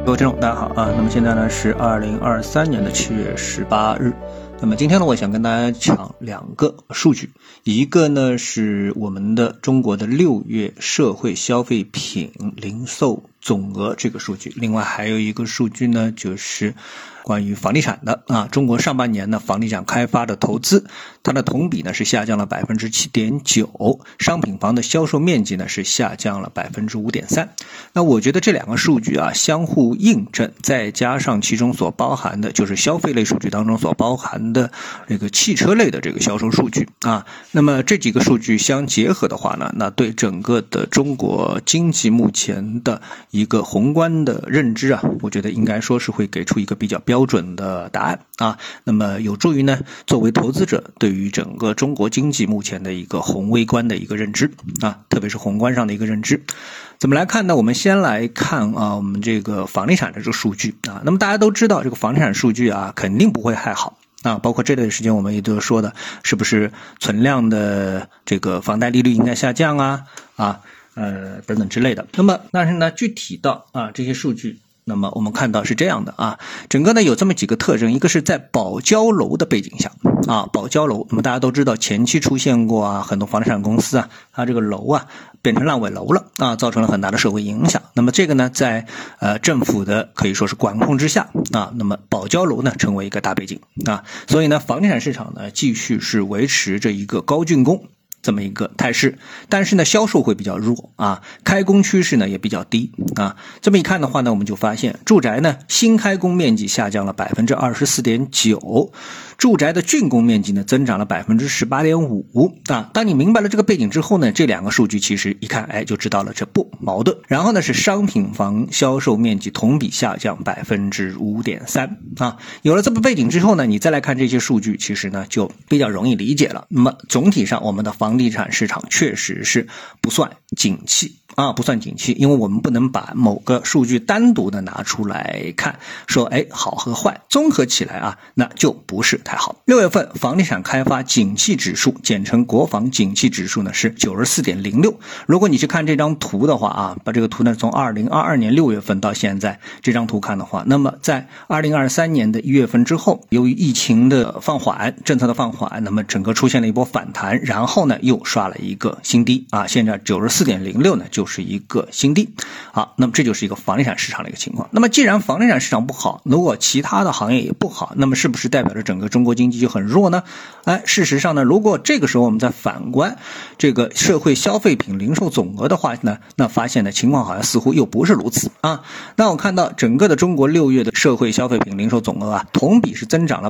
各位听众大家好啊，那么现在呢是2023年的7月18日。那么今天呢，我想跟大家讲两个数据，一个呢是我们的中国的6月社会消费品零售总额这个数据，另外还有一个数据呢就是关于房地产的啊，中国上半年呢房地产开发的投资，它的同比呢是下降了 7.9%， 商品房的销售面积呢是下降了 5.3%。那我觉得这两个数据啊相互印证，再加上其中所包含的就是消费类数据当中所包含的这个汽车类的这个销售数据啊，那么这几个数据相结合的话呢，那对整个的中国经济目前的一个宏观的认知啊，我觉得应该说是会给出一个比较标准的答案啊，那么有助于呢作为投资者对于整个中国经济目前的一个宏微观的一个认知啊，特别是宏观上的一个认知。怎么来看呢？我们先来看啊，我们这个房地产的这个数据啊，那么大家都知道这个房地产数据啊肯定不会太好啊，包括这段时间我们也都说的，是不是存量的这个房贷利率应该下降啊等等之类的。那么但是呢，具体到啊这些数据，那么我们看到是这样的啊，整个呢有这么几个特征，一个是在保交楼的背景下啊，保交楼，那么大家都知道前期出现过啊，很多房地产公司啊，它这个楼啊变成烂尾楼了啊，造成了很大的社会影响。那么这个呢，在政府的可以说是管控之下啊，那么保交楼呢成为一个大背景啊，所以呢，房地产市场呢继续是维持着一个高竣工这么一个态势，但是呢销售会比较弱啊，开工趋势呢也比较低啊。这么一看的话呢，我们就发现住宅呢新开工面积下降了 24.9%， 住宅的竣工面积呢增长了 18.5% 啊。当你明白了这个背景之后呢，这两个数据其实一看就知道了这不矛盾。然后呢是商品房销售面积同比下降 5.3% 啊。有了这么背景之后呢，你再来看这些数据，其实呢就比较容易理解了。那么总体上我们的房地产市场确实是不算景气啊，不算景气，因为我们不能把某个数据单独的拿出来看，说好和坏，综合起来啊，那就不是太好。6月份房地产开发景气指数，简称国房景气指数呢是 94.06。如果你去看这张图的话啊，把这个图呢从2022年6月份到现在这张图看的话，那么在2023年的1月份之后，由于疫情的放缓，政策的放缓，那么整个出现了一波反弹，然后呢又刷了一个新低啊，现在 94.06 呢就是一个新低。好，那么这就是一个房地产市场的一个情况。那么既然房地产市场不好，如果其他的行业也不好，那么是不是代表着整个中国经济就很弱呢？事实上呢，如果这个时候我们再反观这个社会消费品零售总额的话呢，那发现的情况好像似乎又不是如此啊。那我看到整个的中国6月的社会消费品零售总额啊，同比是增长了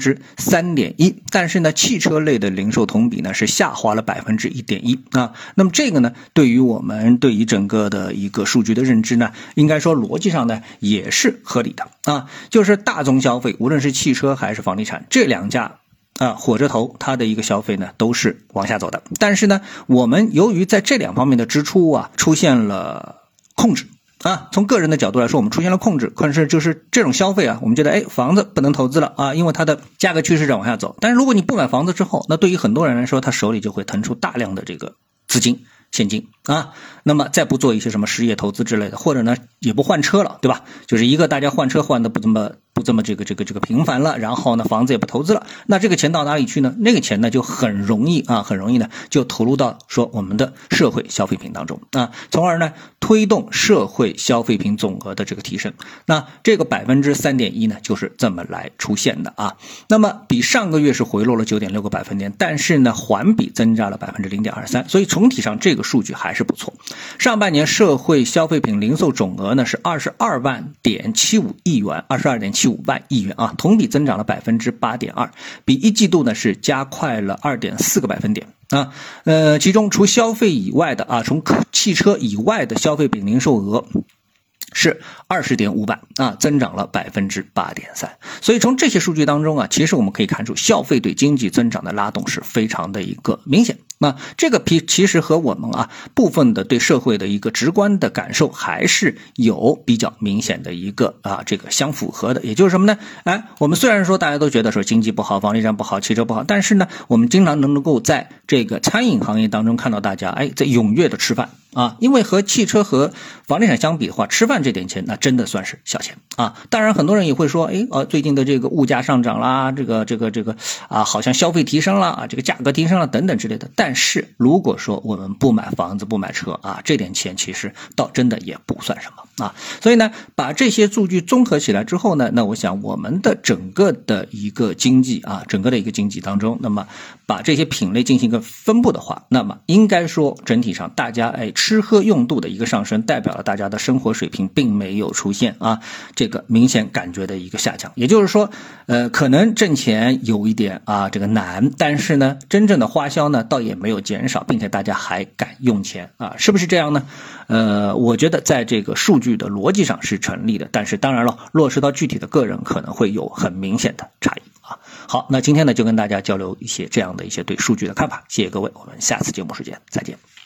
3.1%， 但是呢汽车类的零售同比呢是下滑了 1.1% 啊。那么这个呢对于我们对于整个的一个数据的认知呢，应该说逻辑上呢也是合理的啊，就是大宗消费无论是汽车还是房地产，这两家火车头它的一个消费呢都是往下走的，但是呢我们由于在这两方面的支出啊出现了控制啊，从个人的角度来说，我们出现了控制，可是就是这种消费啊，我们觉得房子不能投资了啊，因为它的价格趋势在往下走。但是如果你不买房子之后，那对于很多人来说，他手里就会腾出大量的这个资金现金啊，那么再不做一些什么实业投资之类的，或者呢也不换车了，对吧？就是一个大家换车换的不这么这个频繁了，然后呢房子也不投资了，那这个钱到哪里去呢？那个钱呢就很容易呢就投入到说我们的社会消费品当中啊，从而呢推动社会消费品总额的这个提升。那这个 3.1% 呢就是这么来出现的啊。那么比上个月是回落了 9.6个百分点，但是呢环比增加了 0.23%， 所以总体上这个数据还是不错。上半年社会消费品零售总额呢是22.75万亿元，22.75万亿元啊，同比增长了 8.2%， 比一季度呢是加快了 2.4个百分点啊。其中除消费以外的啊，从汽车以外的消费品零售额是 20.5万啊，增长了 8.3%。所以从这些数据当中啊，其实我们可以看出消费对经济增长的拉动是非常的一个明显那这个其实和我们部分的对社会的一个直观的感受还是有比较明显的一个这个相符合的。也就是什么呢？我们虽然说大家都觉得说经济不好，房地产不好，汽车不好，但是呢，我们经常能够在这个餐饮行业当中看到大家在踊跃的吃饭因为和汽车和房地产相比的话，吃饭这点钱那真的算是小钱当然很多人也会说最近的这个物价上涨啦，这个好像消费提升了这个价格提升了等等之类的。但是如果说我们不买房子不买车这点钱其实倒真的也不算什么所以呢，把这些数据综合起来之后呢，那我想我们的整个的一个经济整个的一个经济当中，那么把这些品类进行一个分布的话，那么应该说整体上大家吃喝用度的一个上升，代表了大家的生活水平并没有出现这个明显感觉的一个下降。也就是说可能挣钱有一点这个难，但是呢真正的花销呢倒也没有减少，并且大家还敢用钱是不是这样呢？我觉得在这个数据的逻辑上是成立的，但是当然了，落实到具体的个人可能会有很明显的差异好，那今天呢就跟大家交流一些这样的一些对数据的看法，谢谢各位，我们下次节目时间再见。